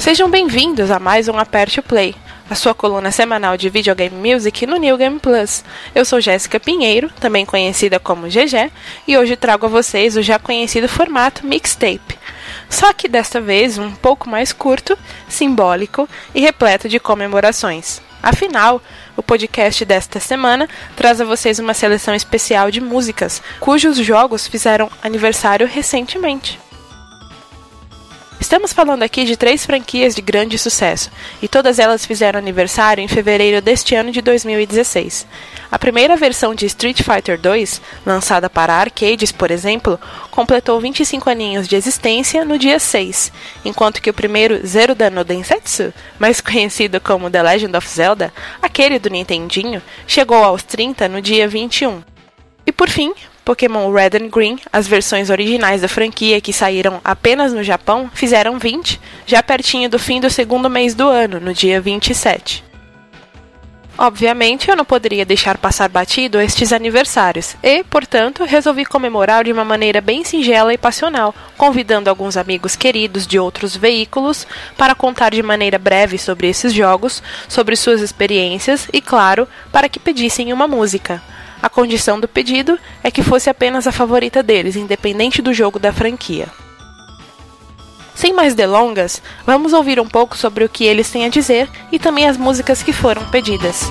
Sejam bem-vindos a mais um Aperte o Play, a sua coluna semanal de videogame music no New Game Plus. Eu sou Jéssica Pinheiro, também conhecida como GG, e hoje trago a vocês o já conhecido formato mixtape. Só que desta vez um pouco mais curto, simbólico e repleto de comemorações. Afinal, o podcast desta semana traz a vocês uma seleção especial de músicas, cujos jogos fizeram aniversário recentemente. Estamos falando aqui de 3 franquias de grande sucesso, e todas elas fizeram aniversário em fevereiro deste ano de 2016. A primeira versão de Street Fighter 2, lançada para arcades, por exemplo, completou 25 aninhos de existência no dia 6, enquanto que o primeiro Zeruda no Densetsu, mais conhecido como The Legend of Zelda, aquele do Nintendinho, chegou aos 30 no dia 21. E por fim, Pokémon Red and Green, as versões originais da franquia que saíram apenas no Japão, fizeram 20, já pertinho do fim do segundo mês do ano, no dia 27. Obviamente, eu não poderia deixar passar batido estes aniversários e, portanto, resolvi comemorar de uma maneira bem singela e passional, convidando alguns amigos queridos de outros veículos para contar de maneira breve sobre esses jogos, sobre suas experiências e, claro, para que pedissem uma música. A condição do pedido é que fosse apenas a favorita deles, independente do jogo da franquia. Sem mais delongas, vamos ouvir um pouco sobre o que eles têm a dizer e também as músicas que foram pedidas.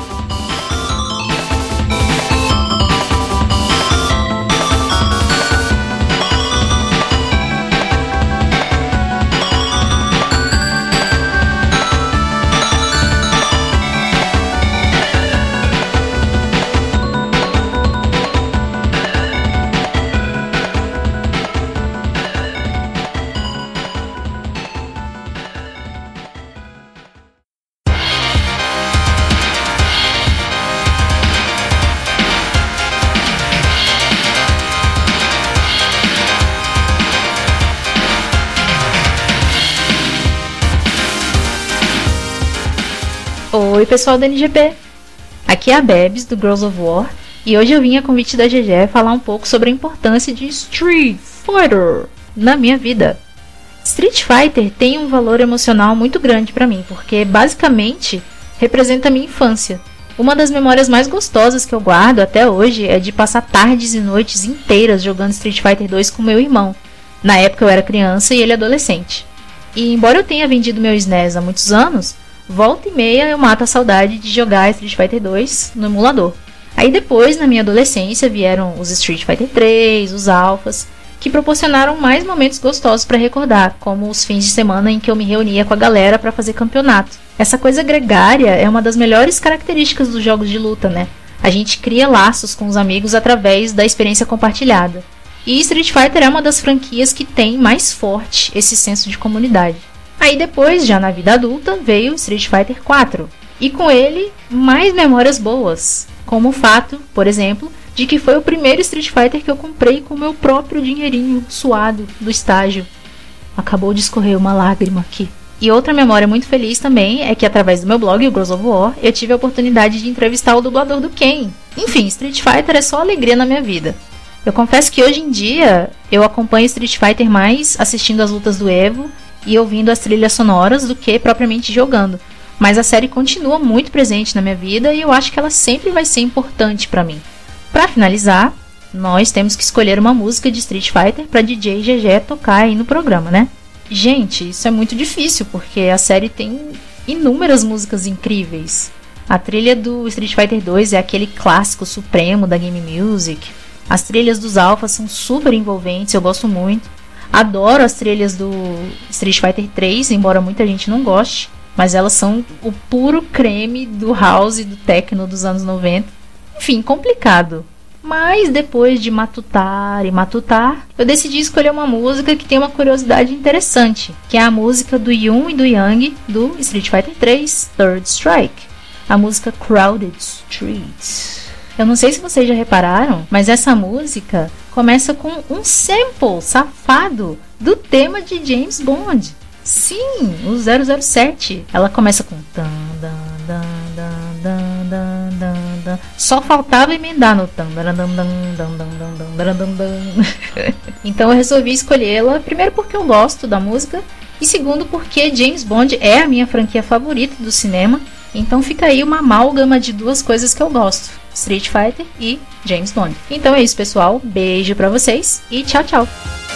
Oi pessoal do NGP, aqui é a Bebs do Girls of War e hoje eu vim a convite da GG falar um pouco sobre a importância de Street Fighter na minha vida. Street Fighter tem um valor emocional muito grande pra mim, porque basicamente representa a minha infância. Uma das memórias mais gostosas que eu guardo até hoje é de passar tardes e noites inteiras jogando Street Fighter 2 com meu irmão. Na época eu era criança e ele adolescente. E embora eu tenha vendido meu SNES há muitos anos, volta e meia eu mato a saudade de jogar Street Fighter 2 no emulador. Aí depois, na minha adolescência, vieram os Street Fighter 3, os Alphas, que proporcionaram mais momentos gostosos para recordar, como os fins de semana em que eu me reunia com a galera para fazer campeonato. Essa coisa gregária é uma das melhores características dos jogos de luta, né? A gente cria laços com os amigos através da experiência compartilhada. E Street Fighter é uma das franquias que tem mais forte esse senso de comunidade. Aí depois, já na vida adulta, veio Street Fighter 4. E com ele, mais memórias boas. Como o fato, por exemplo, de que foi o primeiro Street Fighter que eu comprei com o meu próprio dinheirinho suado do estágio. Acabou de escorrer uma lágrima aqui. E outra memória muito feliz também é que através do meu blog, o Girls of War, eu tive a oportunidade de entrevistar o dublador do Ken. Enfim, Street Fighter é só alegria na minha vida. Eu confesso que hoje em dia eu acompanho Street Fighter mais assistindo as lutas do Evo e ouvindo as trilhas sonoras do que propriamente jogando. Mas a série continua muito presente na minha vida e eu acho que ela sempre vai ser importante pra mim. Pra finalizar, nós temos que escolher uma música de Street Fighter pra DJ GG tocar aí no programa, né? Gente, isso é muito difícil porque a série tem inúmeras músicas incríveis. A trilha do Street Fighter 2 é aquele clássico supremo da Game Music. As trilhas dos Alphas são super envolventes, eu gosto muito. Adoro as trilhas do Street Fighter 3, embora muita gente não goste, mas elas são o puro creme do house e do techno dos anos 90. Enfim, complicado. Mas depois de matutar e matutar, eu decidi escolher uma música que tem uma curiosidade interessante, que é a música do Yun e do Yang do Street Fighter 3 Third Strike, a música Crowded Streets. Eu não sei se vocês já repararam, mas essa música começa com um sample safado do tema de James Bond. Sim, o 007. Ela começa com dan, dan, dan, dan, dan, dan, dan, dan. Só faltava emendar no tan, dan, dan, dan, dan, dan, dan, dan, dan, dan. Então eu resolvi escolhê-la, primeiro porque eu gosto da música E segundo, porque James Bond é a minha franquia favorita do cinema. Então fica aí uma amálgama de duas coisas que eu gosto: Street Fighter e James Bond. Então é isso, pessoal. Beijo pra vocês e tchau, tchau.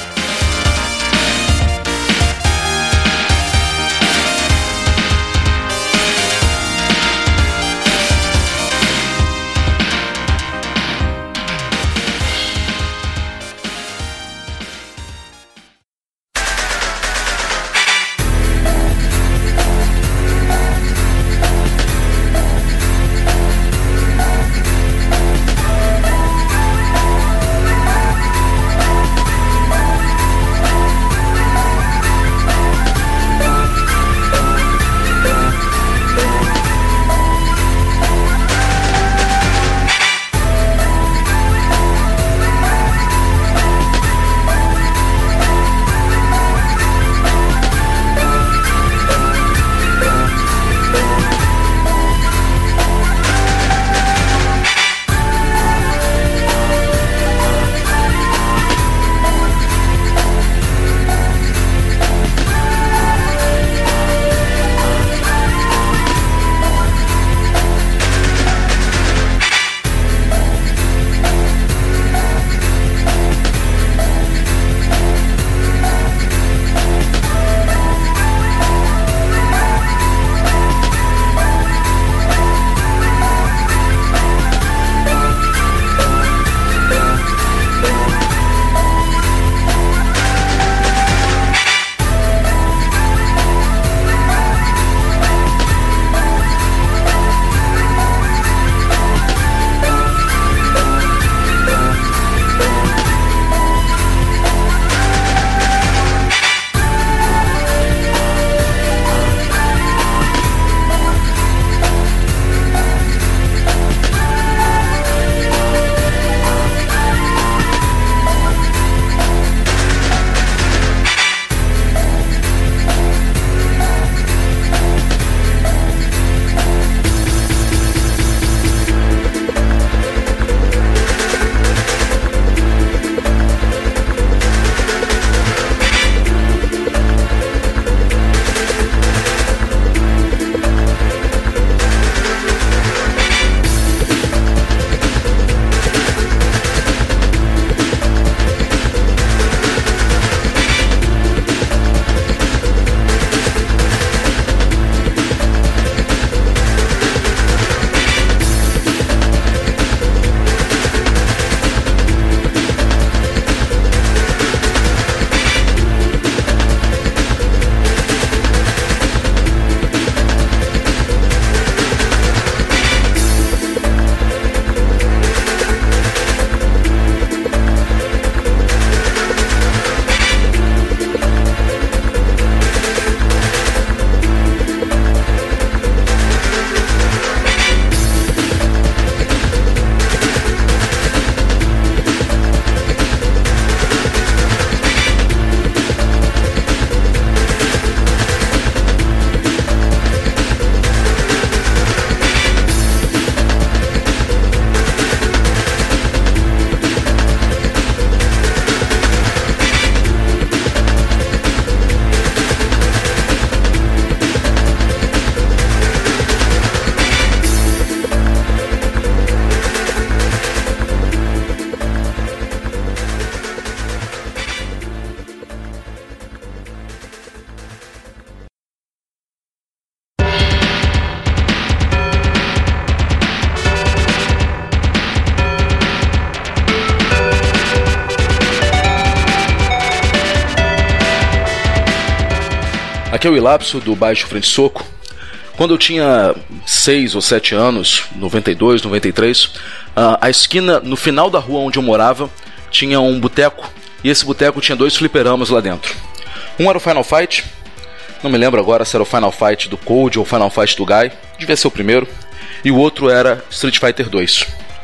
Aqui é o Ilapso do Baixo Frente Soco. Quando eu tinha 6 ou 7 anos, 92, 93, a esquina, no final da rua onde eu morava, tinha um boteco, e esse boteco tinha 2 fliperamas lá dentro. Um era o Final Fight, não me lembro agora se era o Final Fight do Code ou o Final Fight do Guy, devia ser o primeiro, e o outro era Street Fighter 2.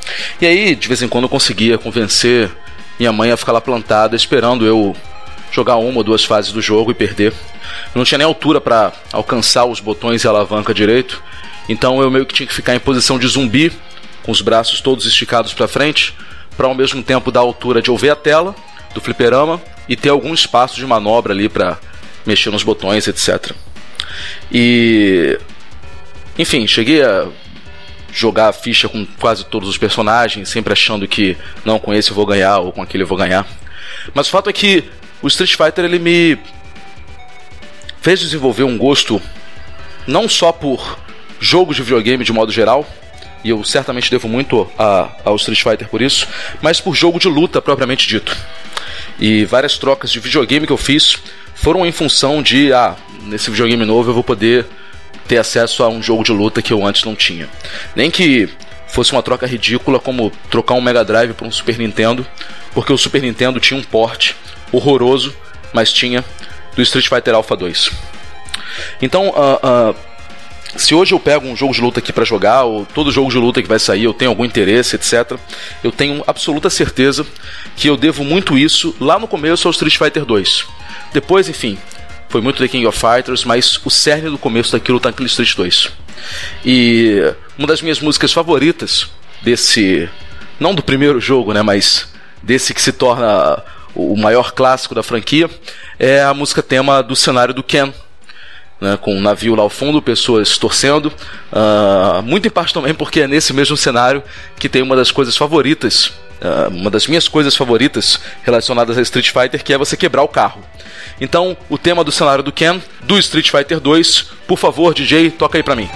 E aí, de vez em quando eu conseguia convencer minha mãe a ficar lá plantada, esperando eu jogar 1 ou 2 fases do jogo e perder. Eu não tinha nem altura para alcançar os botões e a alavanca direito, então eu meio que tinha que ficar em posição de zumbi, com os braços todos esticados para frente, para ao mesmo tempo dar a altura de eu ver a tela do fliperama e ter algum espaço de manobra ali para mexer nos botões, etc. E... enfim, cheguei a jogar a ficha com quase todos os personagens, sempre achando que não, com esse eu vou ganhar ou com aquele eu vou ganhar. Mas o fato é que o Street Fighter ele me fez desenvolver um gosto não só por jogos de videogame de modo geral, e eu certamente devo muito ao Street Fighter por isso, mas por jogo de luta propriamente dito. E várias trocas de videogame que eu fiz foram em função de, nesse videogame novo eu vou poder ter acesso a um jogo de luta que eu antes não tinha. Nem que fosse uma troca ridícula como trocar um Mega Drive por um Super Nintendo, porque o Super Nintendo tinha um port horroroso, mas tinha, do Street Fighter Alpha 2. Então, se hoje eu pego um jogo de luta aqui pra jogar, ou todo jogo de luta que vai sair, eu tenho algum interesse, etc., eu tenho absoluta certeza que eu devo muito isso lá no começo ao Street Fighter 2. Depois, enfim, foi muito The King of Fighters, mas o cerne do começo daquilo tá naquele Street 2. E uma das minhas músicas favoritas desse, não do primeiro jogo, né, mas desse que se torna o maior clássico da franquia, é a música tema do cenário do Ken, né, com um navio lá ao fundo, pessoas torcendo, muito em parte também porque é nesse mesmo cenário que tem uma das coisas favoritas, uma das minhas coisas favoritas relacionadas a Street Fighter, que é você quebrar o carro. Então, o tema do cenário do Ken, do Street Fighter 2, por favor, DJ, toca aí pra mim.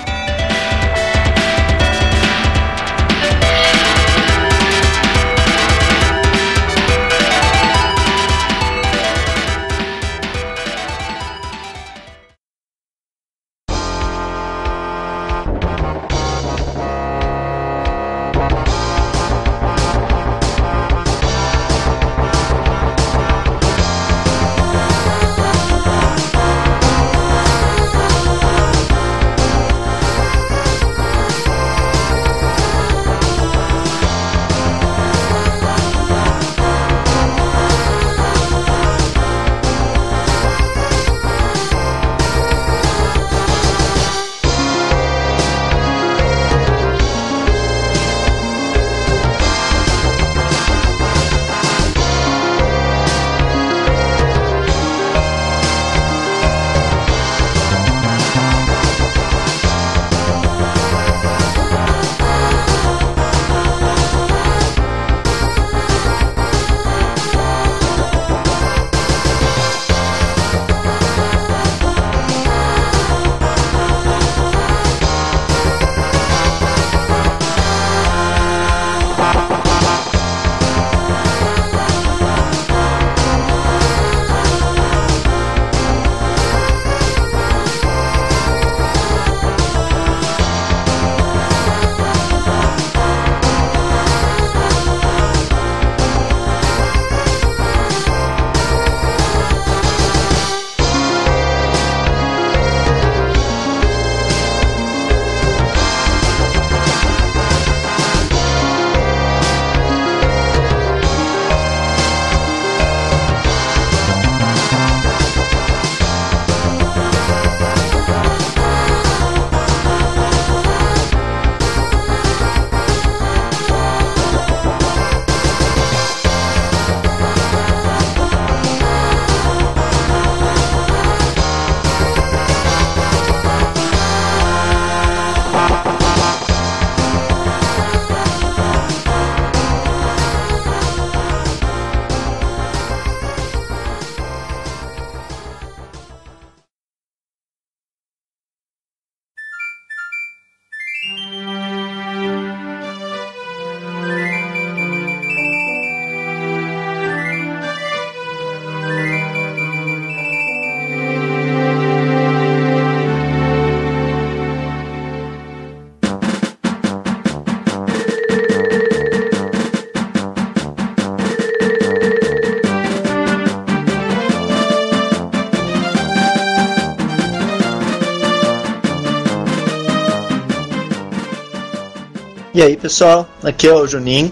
E aí pessoal, aqui é o Juninho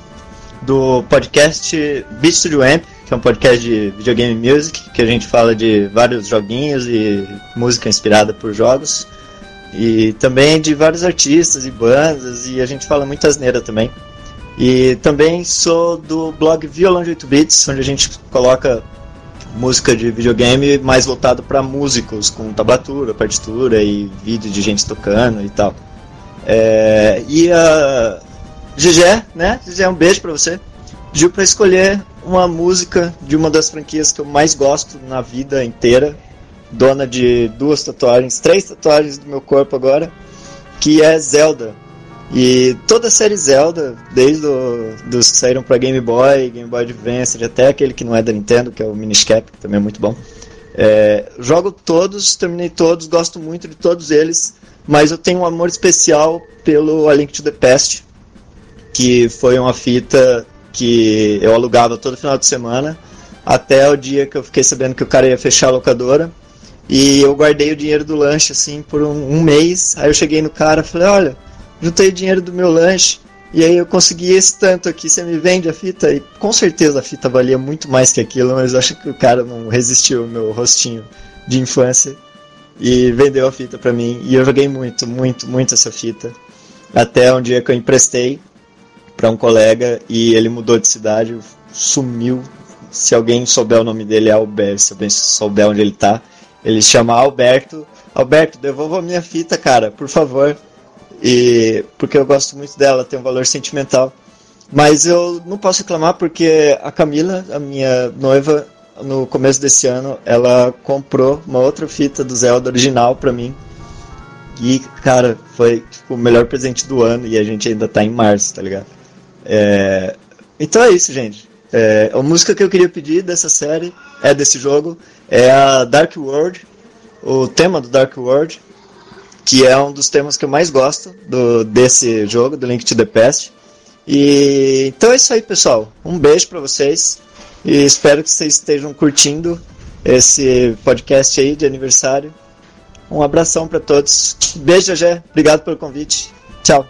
do podcast Beat Studio Amp, que é um podcast de videogame music, que a gente fala de vários joguinhos e música inspirada por jogos, e também de vários artistas e bandas, e a gente fala muita asneira também. E também sou do blog Violão de 8 Bits, onde a gente coloca música de videogame mais voltado para músicos, com tablatura, partitura e vídeo de gente tocando e tal. E a GG, né? GG, um beijo pra você. Pediu pra escolher uma música de uma das franquias que eu mais gosto na vida inteira, dona de 3 tatuagens do meu corpo agora, que é Zelda. E toda a série Zelda, desde dos que saíram pra Game Boy Advance, até aquele que não é da Nintendo, que é o Minish Cap, que também é muito bom. Jogo todos, terminei todos, gosto muito de todos eles, mas eu tenho um amor especial pelo A Link to the Past, que foi uma fita que eu alugava todo final de semana, até o dia que eu fiquei sabendo que o cara ia fechar a locadora, e eu guardei o dinheiro do lanche assim por um mês. Aí eu cheguei no cara e falei: olha, juntei o dinheiro do meu lanche e aí eu consegui esse tanto aqui, você me vende a fita? E com certeza a fita valia muito mais que aquilo, mas eu acho que o cara não resistiu ao meu rostinho de infância e vendeu a fita pra mim. E eu joguei muito, muito, muito essa fita, até um dia que eu emprestei pra um colega e ele mudou de cidade, sumiu. Se alguém souber o nome dele, é Alberto. Se alguém souber onde ele tá, ele chama Alberto. Alberto, devolva a minha fita, cara, por favor. E porque eu gosto muito dela, tem um valor sentimental. Mas eu não posso reclamar porque a Camila, a minha noiva, no começo desse ano, ela comprou uma outra fita do Zelda original pra mim. E, cara, foi tipo, o melhor presente do ano e a gente ainda tá em março, tá ligado? Então é isso, gente. A música que eu queria pedir dessa série, desse jogo, é a Dark World, o tema do Dark World, que é um dos temas que eu mais gosto desse jogo, do Link to the Past. E então é isso aí, pessoal. Um beijo pra vocês e espero que vocês estejam curtindo esse podcast aí de aniversário. Um abração pra todos. Beijo, Jajé. Obrigado pelo convite. Tchau.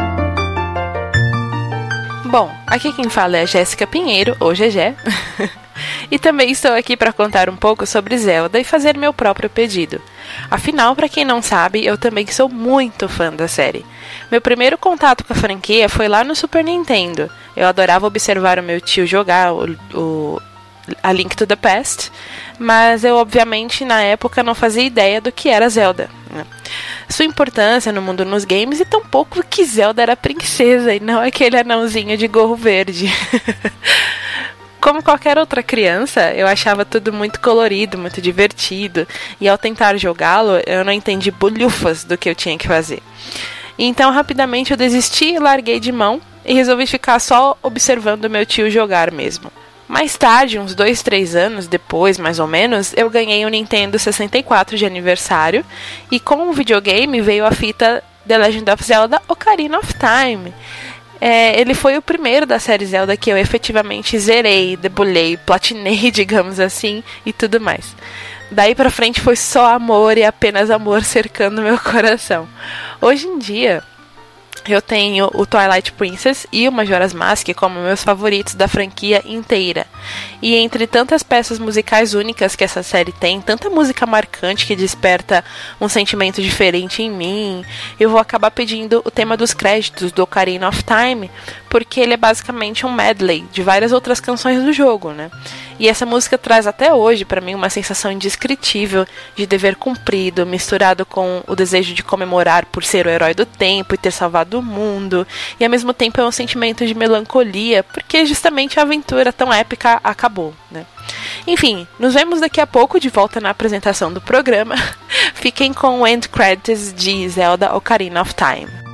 Bom, aqui quem fala é a Jéssica Pinheiro, ou GG. E também estou aqui para contar um pouco sobre Zelda e fazer meu próprio pedido. Afinal, para quem não sabe, eu também sou muito fã da série. Meu primeiro contato com a franquia foi lá no Super Nintendo. Eu adorava observar o meu tio jogar A Link to the Past, mas eu obviamente na época não fazia ideia do que era Zelda, né? Sua importância no mundo nos games e tampouco que Zelda era princesa e não aquele anãozinho de gorro verde. Como qualquer outra criança, eu achava tudo muito colorido, muito divertido, e ao tentar jogá-lo, eu não entendi bolhufas do que eu tinha que fazer. Então rapidamente eu desisti e larguei de mão e resolvi ficar só observando meu tio jogar mesmo. Mais tarde, uns 2, 3 anos depois, mais ou menos, eu ganhei um Nintendo 64 de aniversário e com o videogame veio a fita The Legend of Zelda Ocarina of Time. Ele foi o primeiro da série Zelda que eu efetivamente zerei, debulhei, platinei, digamos assim, e tudo mais. Daí pra frente foi só amor e apenas amor cercando meu coração. Hoje em dia, eu tenho o Twilight Princess e o Majora's Mask como meus favoritos da franquia inteira. E entre tantas peças musicais únicas que essa série tem, tanta música marcante que desperta um sentimento diferente em mim, eu vou acabar pedindo o tema dos créditos do Ocarina of Time, porque ele é basicamente um medley de várias outras canções do jogo, né? E essa música traz até hoje pra mim uma sensação indescritível de dever cumprido, misturado com o desejo de comemorar por ser o herói do tempo e ter salvado o mundo, e ao mesmo tempo é um sentimento de melancolia, porque justamente a aventura tão épica acabou, né? Enfim, nos vemos daqui a pouco de volta na apresentação do programa. Fiquem com o End Credits de Zelda Ocarina of Time.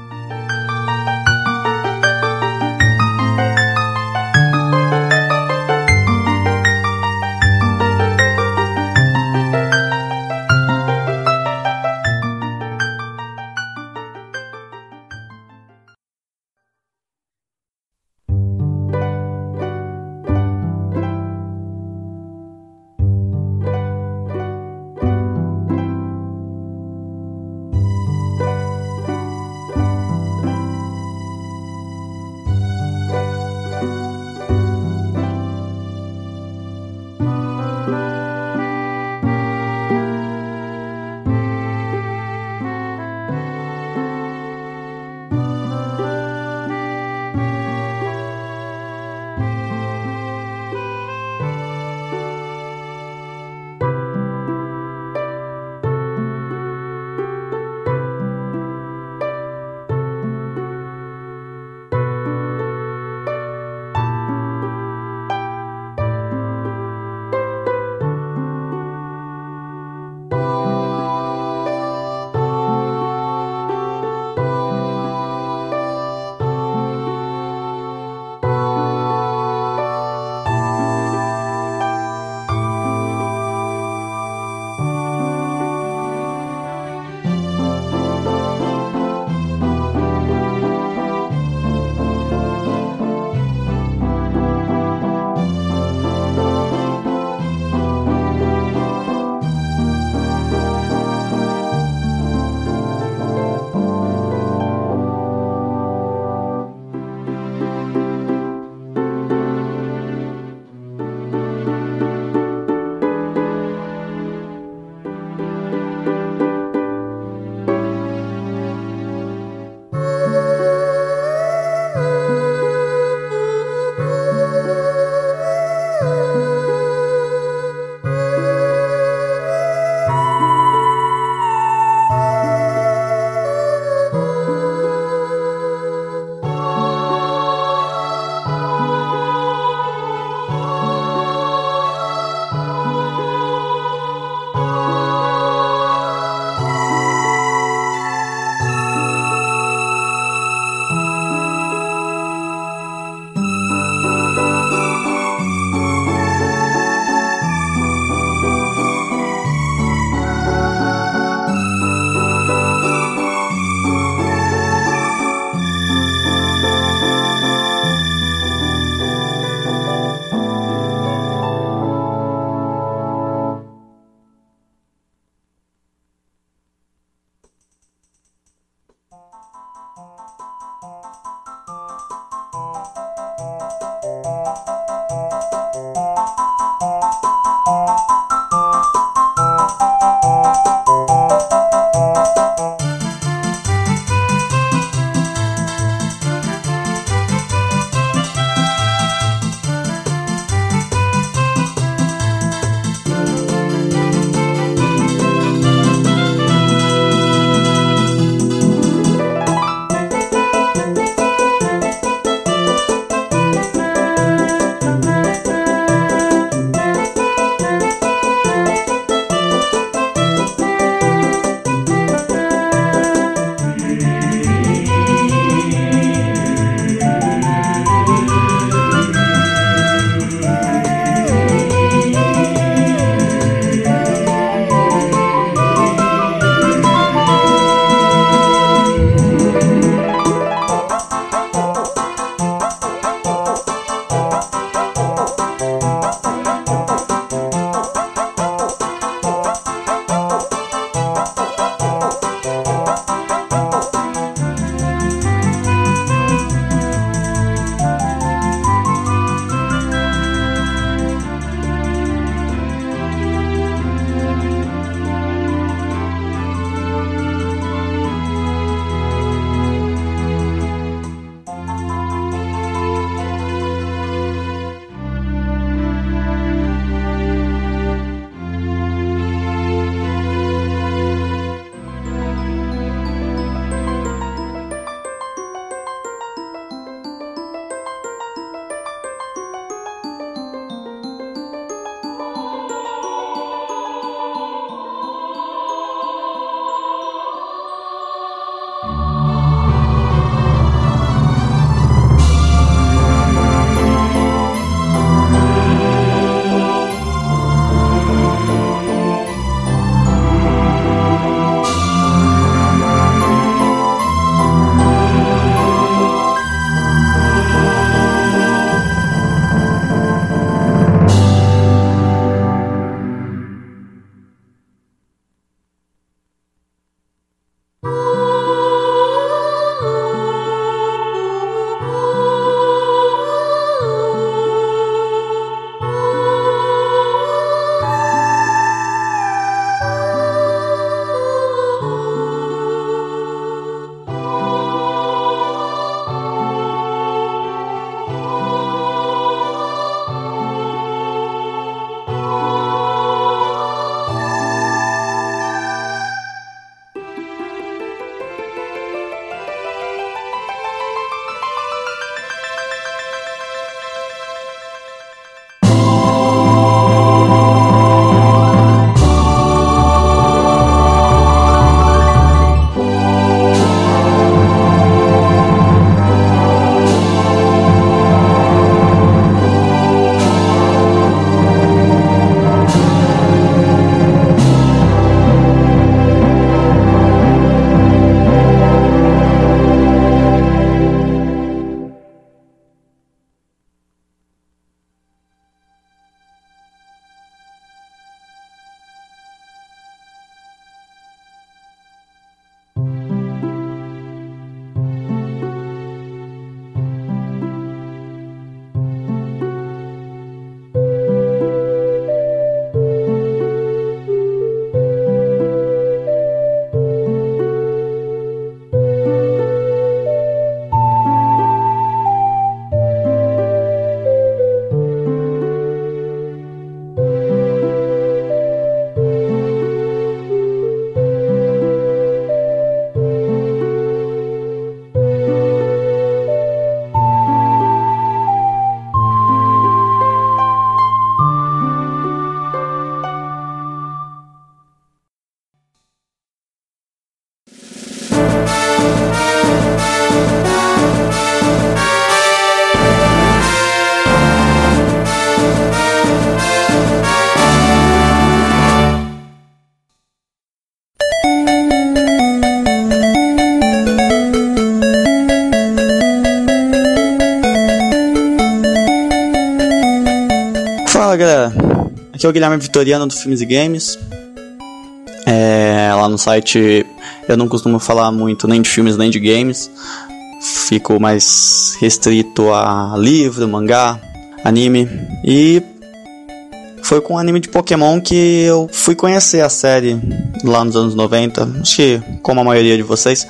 Fala galera, aqui é o Guilherme Vitoriano do Filmes e Games. Lá no site eu não costumo falar muito nem de filmes nem de games. Fico mais restrito a livro, mangá, anime. E foi com o anime de Pokémon que eu fui conhecer a série lá nos anos 90. Acho que como a maioria de vocês.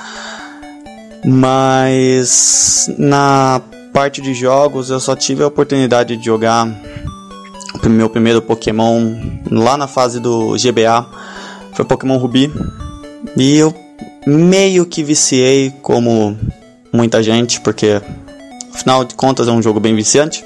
Mas na parte de jogos eu só tive a oportunidade de jogar o meu primeiro Pokémon lá na fase do GBA, foi Pokémon Ruby, e eu meio que viciei como muita gente, porque afinal de contas é um jogo bem viciante.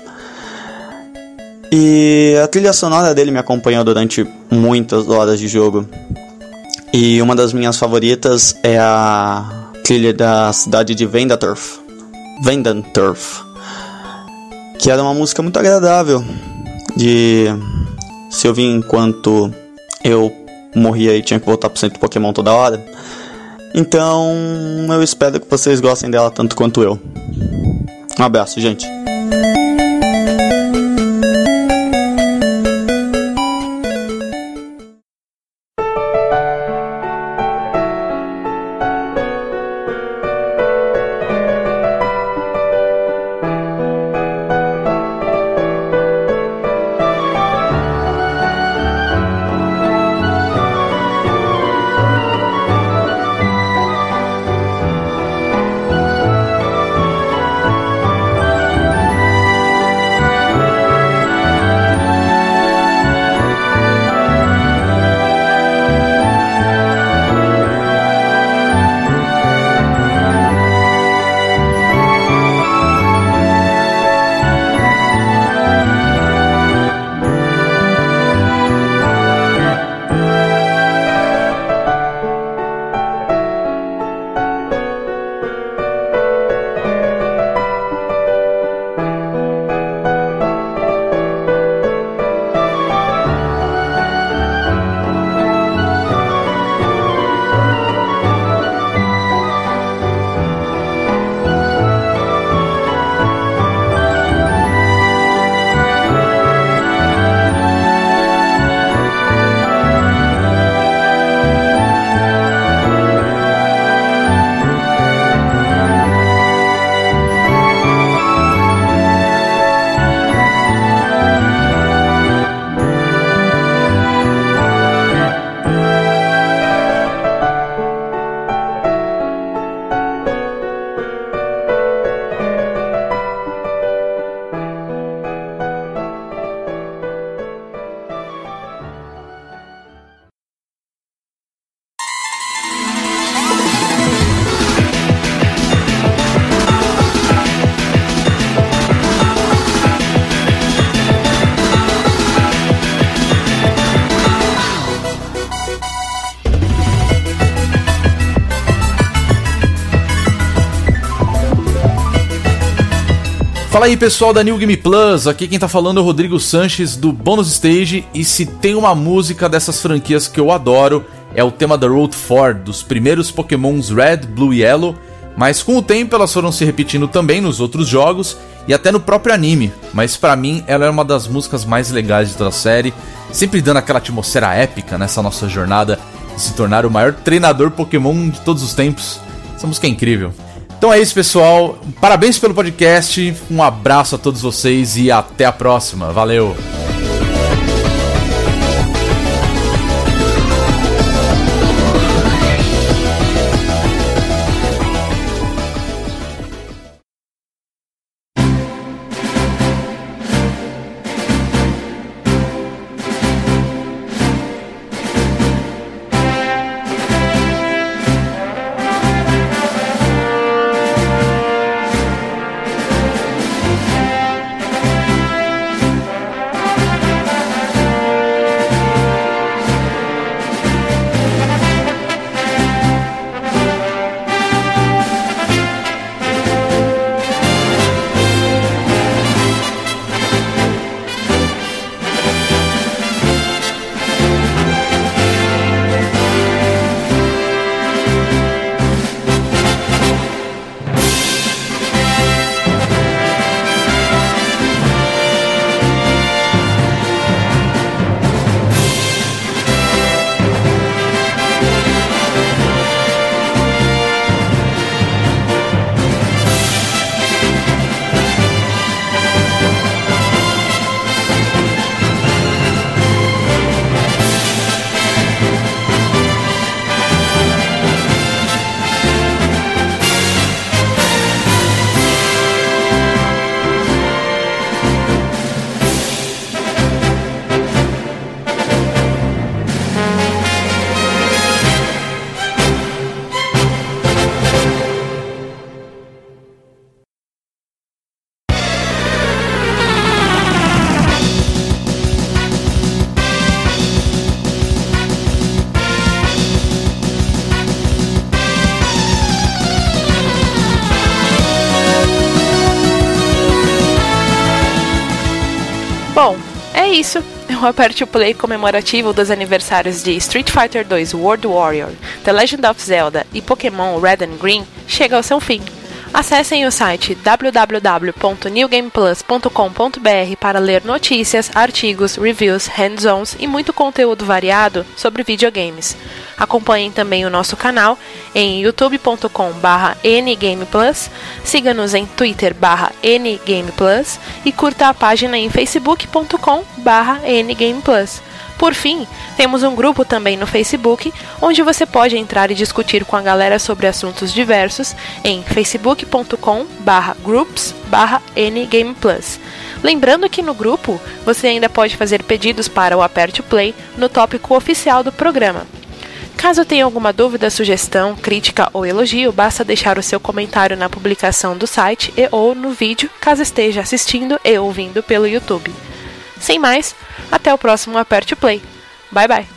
E a trilha sonora dele me acompanhou durante muitas horas de jogo, e uma das minhas favoritas é a trilha da cidade de Vendanturf, que era uma música muito agradável de se ouvir enquanto eu morria e tinha que voltar pro centro Pokémon toda hora. Então eu espero que vocês gostem dela tanto quanto eu. Um abraço, gente. Fala aí pessoal da New Game Plus, aqui quem tá falando é o Rodrigo Sanches do Bonus Stage, e se tem uma música dessas franquias que eu adoro é o tema da Road 4, dos primeiros Pokémons Red, Blue e Yellow, mas com o tempo elas foram se repetindo também nos outros jogos e até no próprio anime, mas pra mim ela é uma das músicas mais legais de toda a série, sempre dando aquela atmosfera épica nessa nossa jornada de se tornar o maior treinador Pokémon de todos os tempos. Essa música é incrível. Então é isso, pessoal. Parabéns pelo podcast. Um abraço a todos vocês e até a próxima. Valeu! isso, o Aperte o Play comemorativo dos aniversários de Street Fighter 2 World Warrior, The Legend of Zelda e Pokémon Red and Green chega ao seu fim. Acessem o site www.newgameplus.com.br para ler notícias, artigos, reviews, hands-ons e muito conteúdo variado sobre videogames. Acompanhem também o nosso canal em youtube.com/ngameplus, siga-nos em twitter/ngameplus e curta a página em facebook.com/ngameplus. Por fim, temos um grupo também no Facebook, onde você pode entrar e discutir com a galera sobre assuntos diversos em facebook.com/groups/ngameplus. Lembrando que no grupo, você ainda pode fazer pedidos para o Aperte o Play no tópico oficial do programa. Caso tenha alguma dúvida, sugestão, crítica ou elogio, basta deixar o seu comentário na publicação do site e ou no vídeo, caso esteja assistindo e ouvindo pelo YouTube. Sem mais, até o próximo Aperte o Play. Bye bye!